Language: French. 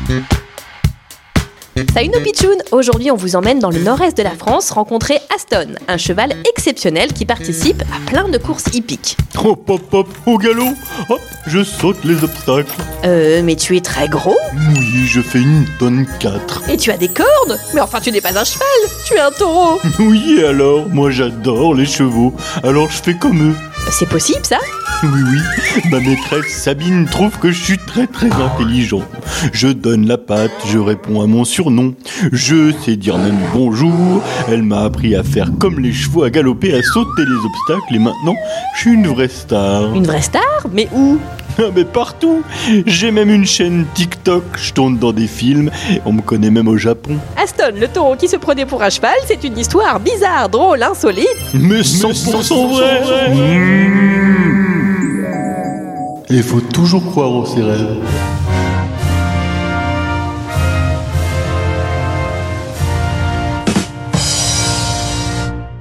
Salut nos pitchouns! Aujourd'hui on vous emmène dans le nord-est de la France rencontrer Aston, un cheval exceptionnel qui participe à plein de courses hippiques. Hop hop hop, au galop, hop, je saute les obstacles. Mais tu es très gros? Oui, je fais 1 tonne 4. Et tu as des cornes? Mais enfin tu n'es pas un cheval, tu es un taureau! Oui, et alors, moi j'adore les chevaux, alors je fais comme eux. C'est possible ça? Oui, ma maîtresse Sabine trouve que je suis très intelligent. Je donne la patte, je réponds à mon surnom. Je sais dire même bonjour. Elle m'a appris à faire comme les chevaux, à galoper, à sauter les obstacles. Et maintenant, je suis une vraie star. Une vraie star? Mais où? Ah mais partout. J'ai même une chaîne TikTok, je tourne dans des films. On me connaît même au Japon. Aston, le taureau qui se prenait pour un cheval, c'est une histoire bizarre, drôle, insolite. Mais 100% vrai. Et il faut toujours croire en ses rêves.